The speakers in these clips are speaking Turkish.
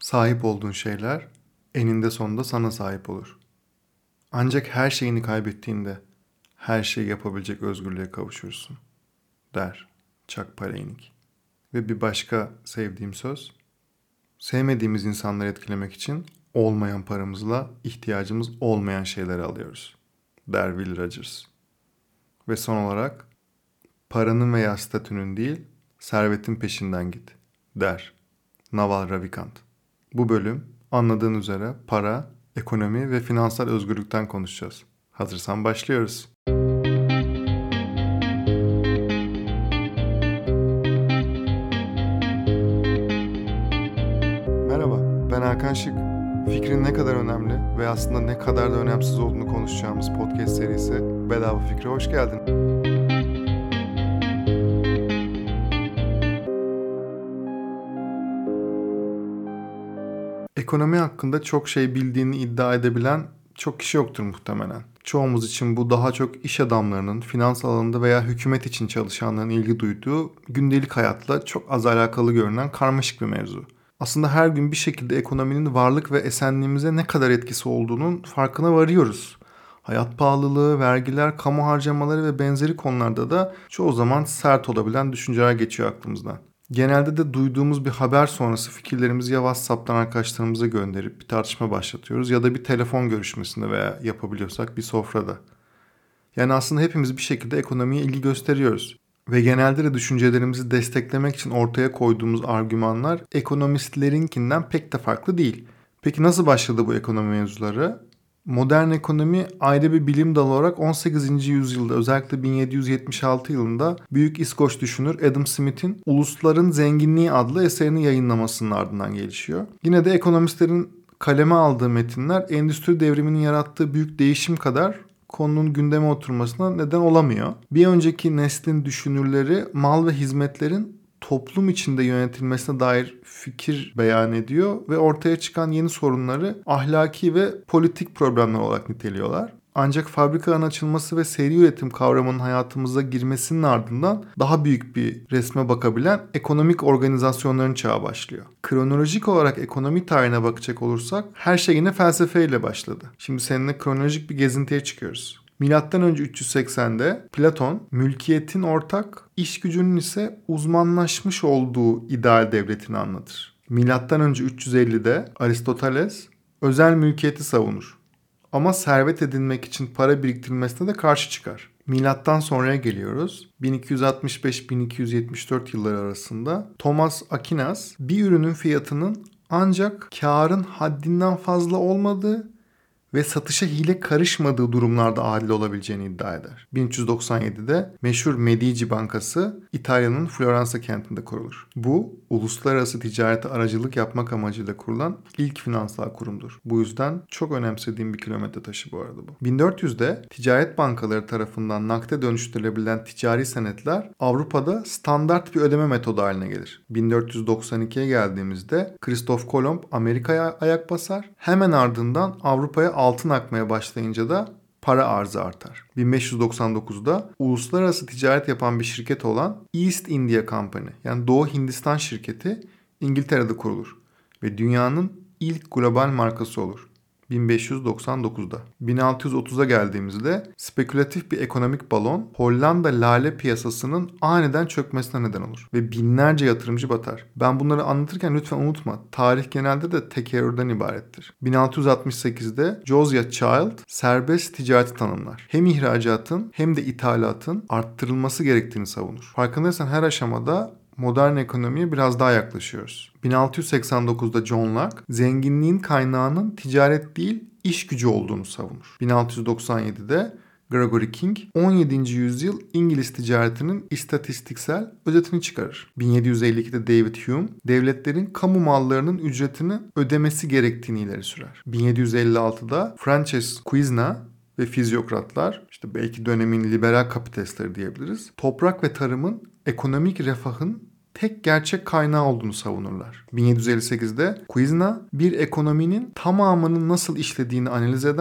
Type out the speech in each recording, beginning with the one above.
Sahip olduğun şeyler eninde sonunda sana sahip olur. Ancak her şeyini kaybettiğinde her şeyi yapabilecek özgürlüğe kavuşursun, der Chuck Palahniuk. Ve bir başka sevdiğim söz, sevmediğimiz insanları etkilemek için olmayan paramızla ihtiyacımız olmayan şeyleri alıyoruz, der Will Rogers. Ve son olarak, paranın veya statünün değil, servetin peşinden git, der Naval Ravikant. Bu bölüm anladığın üzere para, ekonomi ve finansal özgürlükten konuşacağız. Hazırsan başlıyoruz. Merhaba, ben Hakan Şık. Fikrin ne kadar önemli ve aslında ne kadar da önemsiz olduğunu konuşacağımız podcast serisi Bedava Fikre hoş geldin. Ekonomi hakkında çok şey bildiğini iddia edebilen çok kişi yoktur muhtemelen. Çoğumuz için bu daha çok iş adamlarının, finans alanında veya hükümet için çalışanların ilgi duyduğu, gündelik hayatla çok az alakalı görünen karmaşık bir mevzu. Aslında her gün bir şekilde ekonominin varlık ve esenliğimize ne kadar etkisi olduğunun farkına varıyoruz. Hayat pahalılığı, vergiler, kamu harcamaları ve benzeri konularda da çoğu zaman sert olabilen düşünceler geçiyor aklımızdan. Genelde de duyduğumuz bir haber sonrası fikirlerimizi ya WhatsApp'tan arkadaşlarımıza gönderip bir tartışma başlatıyoruz ya da bir telefon görüşmesinde veya yapabiliyorsak bir sofrada. Yani aslında hepimiz bir şekilde ekonomiye ilgi gösteriyoruz. Ve genelde de düşüncelerimizi desteklemek için ortaya koyduğumuz argümanlar ekonomistlerinkinden pek de farklı değil. Peki nasıl başladı bu ekonomi mevzuları? Modern ekonomi ayrı bir bilim dalı olarak 18. yüzyılda özellikle 1776 yılında büyük İskoç düşünür Adam Smith'in Ulusların Zenginliği adlı eserini yayınlamasının ardından gelişiyor. Yine de ekonomistlerin kaleme aldığı metinler endüstri devriminin yarattığı büyük değişim kadar konunun gündeme oturmasına neden olamıyor. Bir önceki neslin düşünürleri mal ve hizmetlerin toplum içinde yönetilmesine dair fikir beyan ediyor ve ortaya çıkan yeni sorunları ahlaki ve politik problemler olarak niteliyorlar. Ancak fabrikaların açılması ve seri üretim kavramının hayatımıza girmesinin ardından daha büyük bir resme bakabilen ekonomik organizasyonların çağı başlıyor. Kronolojik olarak ekonomi tarihine bakacak olursak her şey yine felsefeyle başladı. Şimdi seninle kronolojik bir gezintiye çıkıyoruz. Milattan önce 380'de Platon mülkiyetin ortak, iş gücünün ise uzmanlaşmış olduğu ideal devletini anlatır. Milattan önce 350'de Aristoteles özel mülkiyeti savunur. Ama servet edinmek için para biriktirilmesine de karşı çıkar. Milattan sonraya geliyoruz. 1265-1274 yılları arasında Thomas Aquinas bir ürünün fiyatının ancak karın haddinden fazla olmadığı ve satışa hile karışmadığı durumlarda adil olabileceğini iddia eder. 1397'de meşhur Medici Bankası İtalya'nın Floransa kentinde kurulur. Bu, uluslararası ticarete aracılık yapmak amacıyla kurulan ilk finansal kurumdur. Bu yüzden çok önemsediğim bir kilometre taşı bu arada bu. 1400'de ticaret bankaları tarafından nakde dönüştürülebilen ticari senetler Avrupa'da standart bir ödeme metodu haline gelir. 1492'ye geldiğimizde Christoph Kolomb Amerika'ya ayak basar. Hemen ardından Avrupa'ya altın akmaya başlayınca da para arzı artar. 1599'da uluslararası ticaret yapan bir şirket olan East India Company yani Doğu Hindistan şirketi İngiltere'de kurulur ve dünyanın ilk global markası olur. 1599'da. 1630'a geldiğimizde spekülatif bir ekonomik balon Hollanda lale piyasasının aniden çökmesine neden olur ve binlerce yatırımcı batar. Ben bunları anlatırken lütfen unutma. Tarih genelde de tekerrürden ibarettir. 1668'de Josiah Child serbest ticareti tanımlar. Hem ihracatın hem de ithalatın arttırılması gerektiğini savunur. Farkındaysan her aşamada modern ekonomiye biraz daha yaklaşıyoruz. 1689'da John Locke zenginliğin kaynağının ticaret değil iş gücü olduğunu savunur. 1697'de Gregory King 17. yüzyıl İngiliz ticaretinin istatistiksel özetini çıkarır. 1752'de David Hume devletlerin kamu mallarının ücretini ödemesi gerektiğini ileri sürer. 1756'da Frances Cuizna ve fizyokratlar, işte belki dönemin liberal kapitalistleri diyebiliriz, toprak ve tarımın ekonomik refahın tek gerçek kaynağı olduğunu savunurlar. 1758'de Cuizna bir ekonominin tamamının nasıl işlediğini analiz eden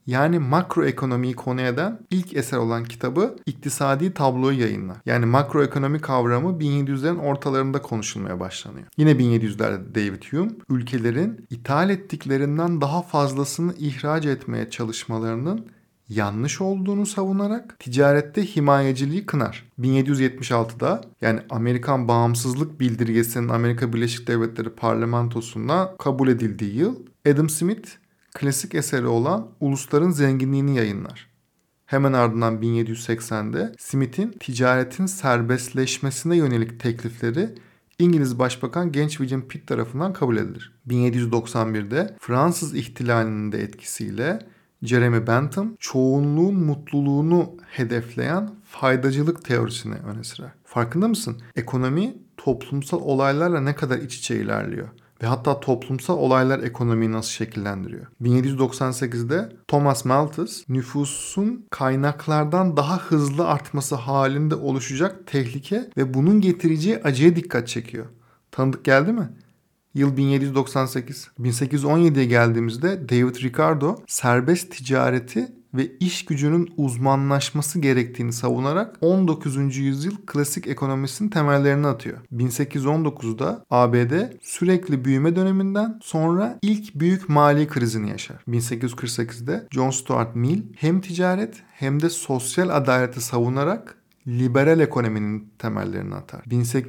yani makroekonomiyi konu eden ilk eser olan kitabı İktisadi Tablo'yu yayınlar. Yani makroekonomi kavramı 1700'lerin ortalarında konuşulmaya başlanıyor. Yine 1700'lerde David Hume, ülkelerin ithal ettiklerinden daha fazlasını ihraç etmeye çalışmalarının yanlış olduğunu savunarak ticarette himayeciliği kınar. 1776'da yani Amerikan Bağımsızlık Bildirgesi'nin Amerika Birleşik Devletleri Parlamentosu'nda kabul edildiği yıl Adam Smith klasik eseri olan Ulusların Zenginliğini yayınlar. Hemen ardından 1780'de Smith'in ticaretin serbestleşmesine yönelik teklifleri İngiliz Başbakan genç William Pitt tarafından kabul edilir. 1791'de Fransız ihtilalinin de etkisiyle Jeremy Bentham çoğunluğun mutluluğunu hedefleyen faydacılık teorisini öne sürer. Farkında mısın? Ekonomi toplumsal olaylarla ne kadar iç içe ilerliyor. Ve hatta toplumsal olaylar ekonomiyi nasıl şekillendiriyor? 1798'de Thomas Malthus nüfusun kaynaklardan daha hızlı artması halinde oluşacak tehlike ve bunun getireceği acıya dikkat çekiyor. Tanıdık geldi mi? Yıl 1798. 1817'ye geldiğimizde David Ricardo serbest ticareti ve iş gücünün uzmanlaşması gerektiğini savunarak 19. yüzyıl klasik ekonomisinin temellerini atıyor. 1819'da ABD sürekli büyüme döneminden sonra ilk büyük mali krizini yaşar. 1848'de John Stuart Mill hem ticaret hem de sosyal adaleti savunarak liberal ekonominin temellerini atar.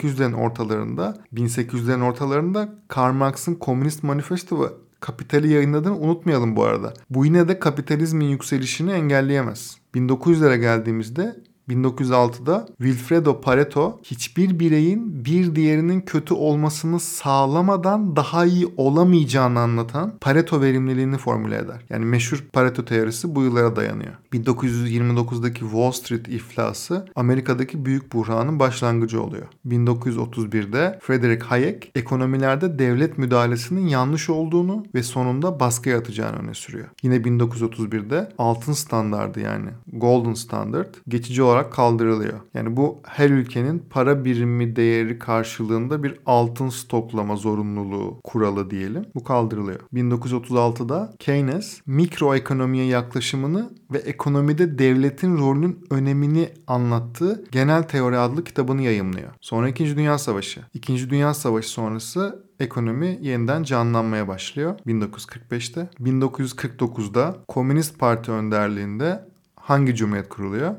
1800'lerin ortalarında Karl Marx'ın Komünist Manifesto ve Kapital'i yayınladığını unutmayalım bu arada. Bu yine de kapitalizmin yükselişini engelleyemez. 1900'lere geldiğimizde 1906'da Wilfredo Pareto hiçbir bireyin bir diğerinin kötü olmasını sağlamadan daha iyi olamayacağını anlatan Pareto verimliliğini formüle eder. Yani meşhur Pareto teorisi bu yıllara dayanıyor. 1929'daki Wall Street iflası Amerika'daki büyük buhranın başlangıcı oluyor. 1931'de Friedrich Hayek ekonomilerde devlet müdahalesinin yanlış olduğunu ve sonunda baskıya atacağını öne sürüyor. Yine 1931'de altın standardı yani Golden Standard geçici olarak kaldırılıyor. Yani bu her ülkenin para birimi değeri karşılığında bir altın stoklama zorunluluğu kuralı diyelim. Bu kaldırılıyor. 1936'da Keynes mikroekonomiye yaklaşımını ve ekonomide devletin rolünün önemini anlattığı Genel Teori adlı kitabını yayımlıyor. Sonra 2. Dünya Savaşı. 2. Dünya Savaşı sonrası ekonomi yeniden canlanmaya başlıyor 1945'te. 1949'da Komünist Parti önderliğinde hangi cumhuriyet kuruluyor?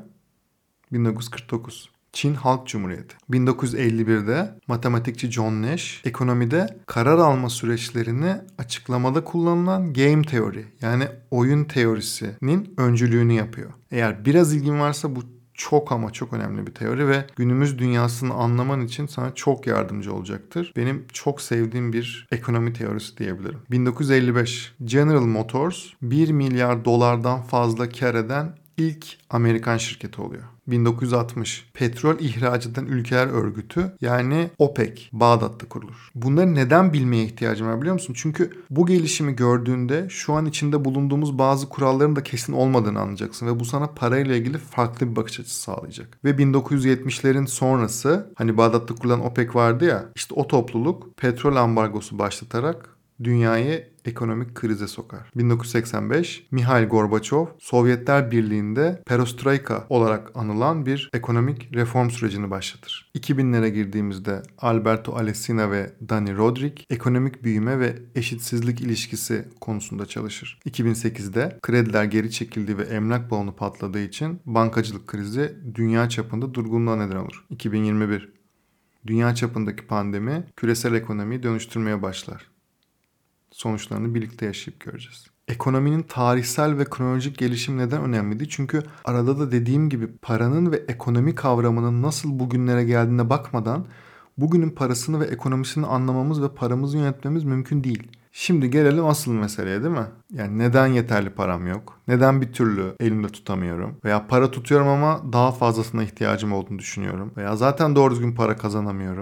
1949. Çin Halk Cumhuriyeti. 1951'de matematikçi John Nash ekonomide karar alma süreçlerini açıklamada kullanılan game teori yani oyun teorisinin öncülüğünü yapıyor. Eğer biraz ilgin varsa bu çok ama çok önemli bir teori ve günümüz dünyasını anlaman için sana çok yardımcı olacaktır. Benim çok sevdiğim bir ekonomi teorisi diyebilirim. 1955 General Motors 1 milyar dolardan fazla kar eden ilk Amerikan şirketi oluyor. 1960 Petrol ihraç eden ülkeler örgütü yani OPEC Bağdat'ta kurulur. Bunları neden bilmeye ihtiyacım var biliyor musun? Çünkü bu gelişimi gördüğünde şu an içinde bulunduğumuz bazı kuralların da kesin olmadığını anlayacaksın ve bu sana parayla ilgili farklı bir bakış açısı sağlayacak. Ve 1970'lerin sonrası hani Bağdat'ta kurulan OPEC vardı ya işte o topluluk petrol ambargosu başlatarak dünyayı ekonomik krize sokar. 1985 Mihail Gorbaçov Sovyetler Birliği'nde perestroika olarak anılan bir ekonomik reform sürecini başlatır. 2000'lere girdiğimizde Alberto Alesina ve Dani Rodrik ekonomik büyüme ve eşitsizlik ilişkisi konusunda çalışır. 2008'de krediler geri çekildiği ve emlak balonu patladığı için bankacılık krizi dünya çapında durgunluğa neden olur. 2021 Dünya çapındaki pandemi küresel ekonomiyi dönüştürmeye başlar. Sonuçlarını birlikte yaşayıp göreceğiz. Ekonominin tarihsel ve kronolojik gelişim neden önemliydi? Çünkü arada da dediğim gibi paranın ve ekonomi kavramının nasıl bugünlere geldiğine bakmadan bugünün parasını ve ekonomisini anlamamız ve paramızı yönetmemiz mümkün değil. Şimdi gelelim asıl meseleye değil mi? Yani neden yeterli param yok? Neden bir türlü elimde tutamıyorum? Veya para tutuyorum ama daha fazlasına ihtiyacım olduğunu düşünüyorum. Veya zaten doğru düzgün para kazanamıyorum.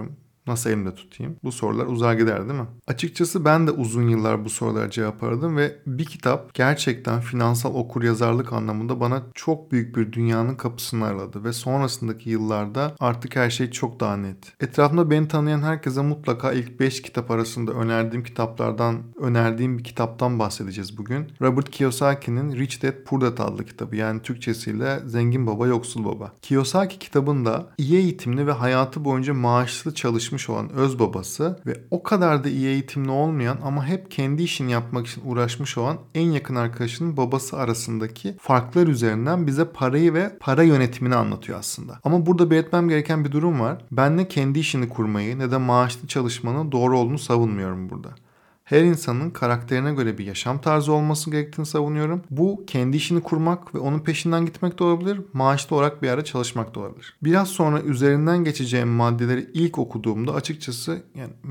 Nasıl elimde tutayım? Bu sorular uzar gider değil mi? Açıkçası ben de uzun yıllar bu sorulara cevap aradım ve bir kitap gerçekten finansal okuryazarlık anlamında bana çok büyük bir dünyanın kapısını araladı ve sonrasındaki yıllarda artık her şey çok daha net. Etrafımda beni tanıyan herkese mutlaka ilk 5 kitap arasında önerdiğim bir kitaptan bahsedeceğiz bugün. Robert Kiyosaki'nin Rich Dad Poor Dad adlı kitabı, yani Türkçesiyle Zengin Baba Yoksul Baba. Kiyosaki kitabında iyi eğitimli ve hayatı boyunca maaşlı çalışmış olan öz babası ve o kadar da iyi eğitimli olmayan ama hep kendi işini yapmak için uğraşmış olan en yakın arkadaşının babası arasındaki farklar üzerinden bize parayı ve para yönetimini anlatıyor aslında. Ama burada belirtmem gereken bir durum var. Ben ne kendi işini kurmayı ne de maaşlı çalışmanın doğru olduğunu savunmuyorum burada. Her insanın karakterine göre bir yaşam tarzı olması gerektiğini savunuyorum. Bu kendi işini kurmak ve onun peşinden gitmek de olabilir, maaşlı olarak bir yerde çalışmak da olabilir. Biraz sonra üzerinden geçeceğim maddeleri ilk okuduğumda açıkçası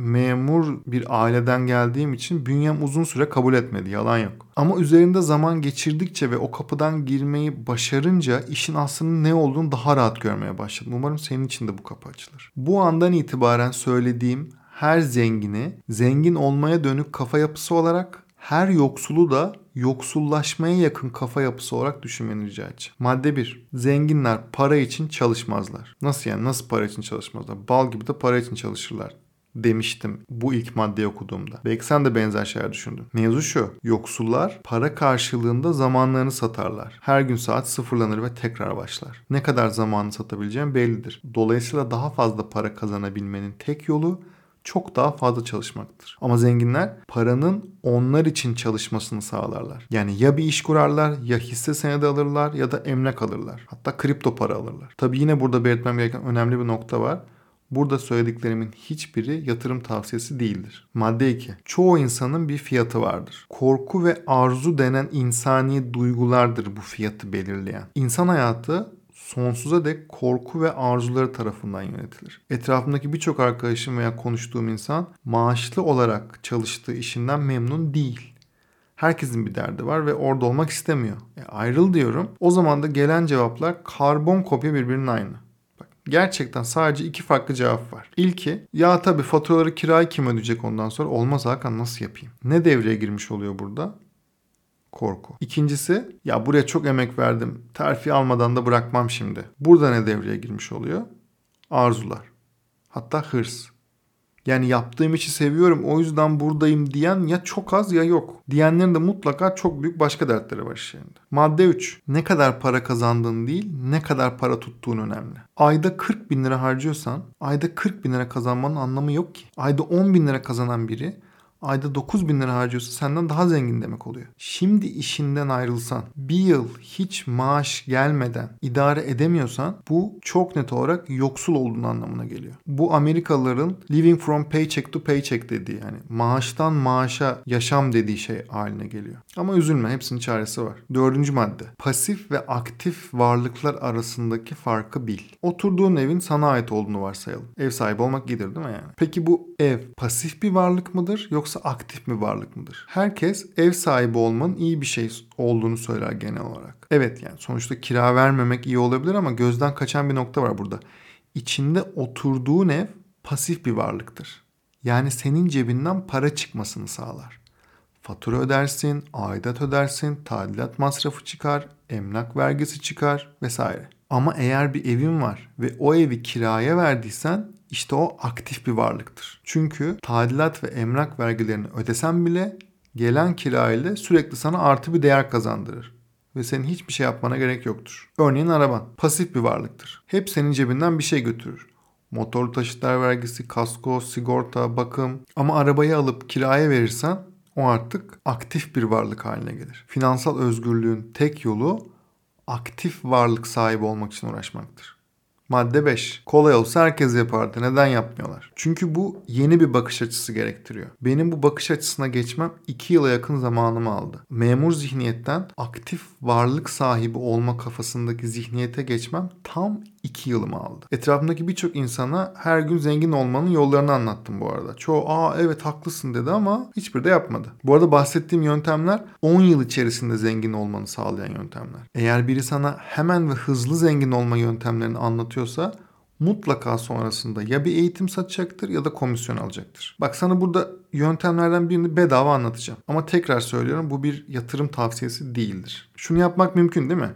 memur bir aileden geldiğim için bünyem uzun süre kabul etmedi, yalan yok. Ama üzerinde zaman geçirdikçe ve o kapıdan girmeyi başarınca işin aslında ne olduğunu daha rahat görmeye başladım. Umarım senin için de bu kapı açılır. Bu andan itibaren söylediğim her zengini zengin olmaya dönük kafa yapısı olarak, her yoksulu da yoksullaşmaya yakın kafa yapısı olarak düşünmeni rica edeceğim. Madde 1. Zenginler para için çalışmazlar. Nasıl yani? Nasıl para için çalışmazlar? Bal gibi de para için çalışırlar demiştim bu ilk maddeyi okuduğumda. Belki sen de benzer şeyler düşündün. Mevzu şu: yoksullar para karşılığında zamanlarını satarlar. Her gün saat sıfırlanır ve tekrar başlar. Ne kadar zamanını satabileceğin bellidir. Dolayısıyla daha fazla para kazanabilmenin tek yolu çok daha fazla çalışmaktır. Ama zenginler paranın onlar için çalışmasını sağlarlar. Yani ya bir iş kurarlar, ya hisse senedi alırlar ya da emlak alırlar. Hatta kripto para alırlar. Tabii yine burada belirtmem gereken önemli bir nokta var. Burada söylediklerimin hiçbiri yatırım tavsiyesi değildir. Madde 2. Çoğu insanın bir fiyatı vardır. Korku ve arzu denen insani duygulardır bu fiyatı belirleyen. İnsan hayatı sonsuza dek korku ve arzuları tarafından yönetilir. Etrafımdaki birçok arkadaşım veya konuştuğum insan maaşlı olarak çalıştığı işinden memnun değil. Herkesin bir derdi var ve orada olmak istemiyor. Ayrıl diyorum. O zaman da gelen cevaplar karbon kopya birbirinin aynı. Bak, gerçekten sadece iki farklı cevap var. İlki, ya tabii faturaları, kirayı kim ödeyecek ondan sonra? Olmaz Hakan, nasıl yapayım? Ne devreye girmiş oluyor burada? Korku. İkincisi, ya buraya çok emek verdim, terfi almadan da bırakmam şimdi. Burada ne devreye girmiş oluyor? Arzular. Hatta hırs. Yani yaptığım işi seviyorum, o yüzden buradayım diyen ya çok az ya yok. Diyenlerin de mutlaka çok büyük başka dertleri var işlerinde. Madde 3. Ne kadar para kazandığın değil, ne kadar para tuttuğun önemli. Ayda 40 bin lira harcıyorsan, ayda 40 bin lira kazanmanın anlamı yok ki. Ayda 10 bin lira kazanan biri ayda 9 bin lira harcıyorsa senden daha zengin demek oluyor. Şimdi işinden ayrılsan, bir yıl hiç maaş gelmeden idare edemiyorsan bu çok net olarak yoksul olduğun anlamına geliyor. Bu Amerikalıların living from paycheck to paycheck dediği, yani maaştan maaşa yaşam dediği şey haline geliyor. Ama üzülme, hepsinin çaresi var. 4. madde. Pasif ve aktif varlıklar arasındaki farkı bil. Oturduğun evin sana ait olduğunu varsayalım. Ev sahibi olmak iyidir değil mi yani? Peki bu ev pasif bir varlık mıdır yoksa aktif bir varlık mıdır? Herkes ev sahibi olmanın iyi bir şey olduğunu söyler genel olarak. Evet, yani sonuçta kira vermemek iyi olabilir ama gözden kaçan bir nokta var burada. İçinde oturduğun ev pasif bir varlıktır. Yani senin cebinden para çıkmasını sağlar. Fatura ödersin, aidat ödersin, tadilat masrafı çıkar, emlak vergisi çıkar vesaire. Ama eğer bir evin var ve o evi kiraya verdiysen işte o aktif bir varlıktır. Çünkü tadilat ve emlak vergilerini ödesen bile gelen kira ile sürekli sana artı bir değer kazandırır. Ve senin hiçbir şey yapmana gerek yoktur. Örneğin araban pasif bir varlıktır. Hep senin cebinden bir şey götürür. Motorlu taşıtlar vergisi, kasko, sigorta, bakım. Ama arabayı alıp kiraya verirsen o artık aktif bir varlık haline gelir. Finansal özgürlüğün tek yolu aktif varlık sahibi olmak için uğraşmaktır. Madde 5. Kolay olsa herkes yapardı. Neden yapmıyorlar? Çünkü bu yeni bir bakış açısı gerektiriyor. Benim bu bakış açısına geçmem 2 yıla yakın zamanımı aldı. Memur zihniyetten aktif varlık sahibi olma kafasındaki zihniyete geçmem tam 2 yılımı aldı. Etrafımdaki birçok insana her gün zengin olmanın yollarını anlattım bu arada. Çoğu evet haklısın dedi ama hiçbiri de yapmadı. Bu arada bahsettiğim yöntemler 10 yıl içerisinde zengin olmanı sağlayan yöntemler. Eğer biri sana hemen ve hızlı zengin olma yöntemlerini anlatıyorsa mutlaka sonrasında ya bir eğitim satacaktır ya da komisyon alacaktır. Bak sana burada yöntemlerden birini bedava anlatacağım. Ama tekrar söylüyorum, bu bir yatırım tavsiyesi değildir. Şunu yapmak mümkün değil mi?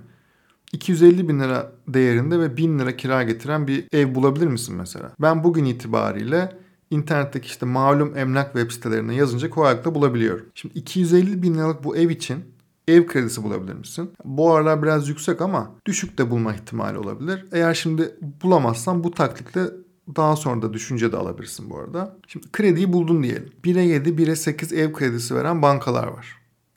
250 bin lira değerinde ve 1000 lira kira getiren bir ev bulabilir misin mesela? Ben bugün itibariyle internetteki işte malum emlak web sitelerine yazınca kolaylıkla bulabiliyorum. Şimdi 250 bin liralık bu ev için ev kredisi bulabilir misin? Bu aralar biraz yüksek ama düşük de bulma ihtimali olabilir. Eğer şimdi bulamazsan bu taktikle daha sonra da düşünce de alabilirsin bu arada. Şimdi krediyi buldun diyelim. 1'e 7, 1'e 8 ev kredisi veren bankalar var.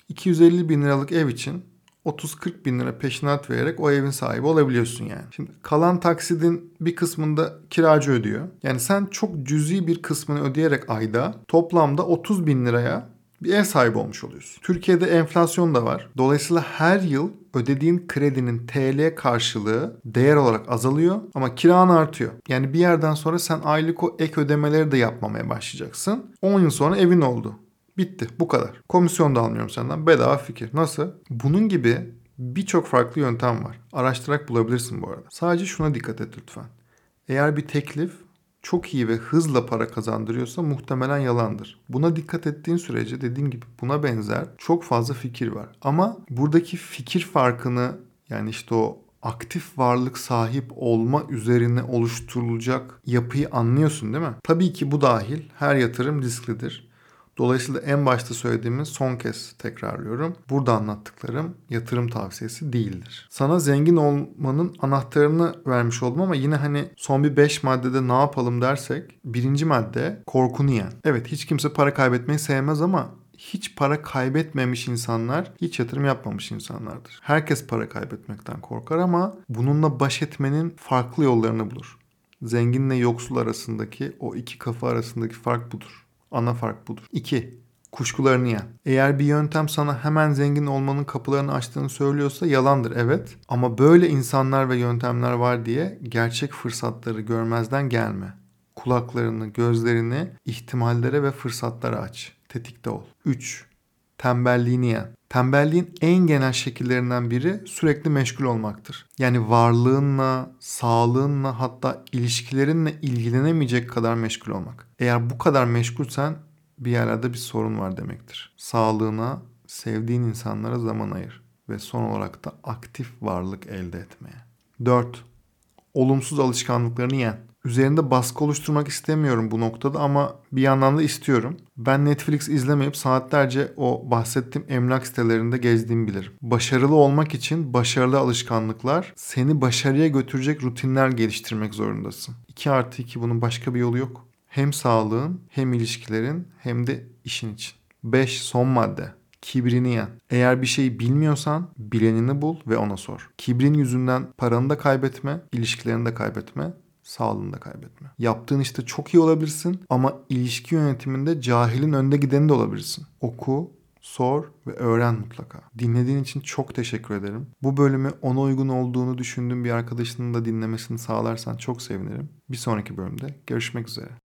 250 bin liralık ev için 30-40 bin lira peşinat vererek o evin sahibi olabiliyorsun yani. Şimdi kalan taksidin bir kısmında kiracı ödüyor. Yani sen çok cüzi bir kısmını ödeyerek ayda toplamda 30 bin liraya bir ev sahibi olmuş oluyorsun. Türkiye'de enflasyon da var. Dolayısıyla her yıl ödediğin kredinin TL karşılığı değer olarak azalıyor ama kiran artıyor. Yani bir yerden sonra sen aylık o ek ödemeleri de yapmamaya başlayacaksın. 10 yıl sonra evin oldu. Bitti. Bu kadar. Komisyon da almıyorum senden. Bedava fikir. Nasıl? Bunun gibi birçok farklı yöntem var. Araştırarak bulabilirsin bu arada. Sadece şuna dikkat et lütfen. Eğer bir teklif çok iyi ve hızla para kazandırıyorsa muhtemelen yalandır. Buna dikkat ettiğin sürece dediğim gibi buna benzer çok fazla fikir var. Ama buradaki fikir farkını, yani işte o aktif varlık sahip olma üzerine oluşturulacak yapıyı anlıyorsun değil mi? Tabii ki bu dahil her yatırım risklidir. Dolayısıyla en başta söylediğimiz son kez tekrarlıyorum. Burada anlattıklarım yatırım tavsiyesi değildir. Sana zengin olmanın anahtarını vermiş oldum ama yine hani son bir 5 maddede ne yapalım dersek, birinci madde korkunu yen. Evet, hiç kimse para kaybetmeyi sevmez ama hiç para kaybetmemiş insanlar hiç yatırım yapmamış insanlardır. Herkes para kaybetmekten korkar ama bununla baş etmenin farklı yollarını bulur. Zenginle yoksul arasındaki o iki kafa arasındaki fark budur. Ana fark budur. 2. Kuşkularını yen. Eğer bir yöntem sana hemen zengin olmanın kapılarını açtığını söylüyorsa yalandır, evet. Ama böyle insanlar ve yöntemler var diye gerçek fırsatları görmezden gelme. Kulaklarını, gözlerini ihtimallere ve fırsatlara aç. Tetikte ol. 3. Tembelliğini yen. Tembelliğin en genel şekillerinden biri sürekli meşgul olmaktır. Yani varlığınla, sağlığınla, hatta ilişkilerinle ilgilenemeyecek kadar meşgul olmak. Eğer bu kadar meşgulsen bir yerlerde bir sorun var demektir. Sağlığına, sevdiğin insanlara zaman ayır ve son olarak da aktif varlık elde etmeye. 4. Olumsuz alışkanlıklarını yen. Üzerinde baskı oluşturmak istemiyorum bu noktada ama bir yandan da istiyorum. Ben Netflix izlemeyip saatlerce o bahsettiğim emlak sitelerinde gezdiğimi bilirim. Başarılı olmak için başarılı alışkanlıklar, seni başarıya götürecek rutinler geliştirmek zorundasın. 2+2, bunun başka bir yolu yok. Hem sağlığın, hem ilişkilerin, hem de işin için. 5. Son madde. Kibrini yen. Eğer bir şeyi bilmiyorsan bilenini bul ve ona sor. Kibrin yüzünden paranı da kaybetme, ilişkilerini de kaybetme, sağlığını da kaybetme. Yaptığın işte çok iyi olabilirsin ama ilişki yönetiminde cahilin önde gideni de olabilirsin. Oku, sor ve öğren mutlaka. Dinlediğin için çok teşekkür ederim. Bu bölümü ona uygun olduğunu düşündüğüm bir arkadaşının da dinlemesini sağlarsan çok sevinirim. Bir sonraki bölümde görüşmek üzere.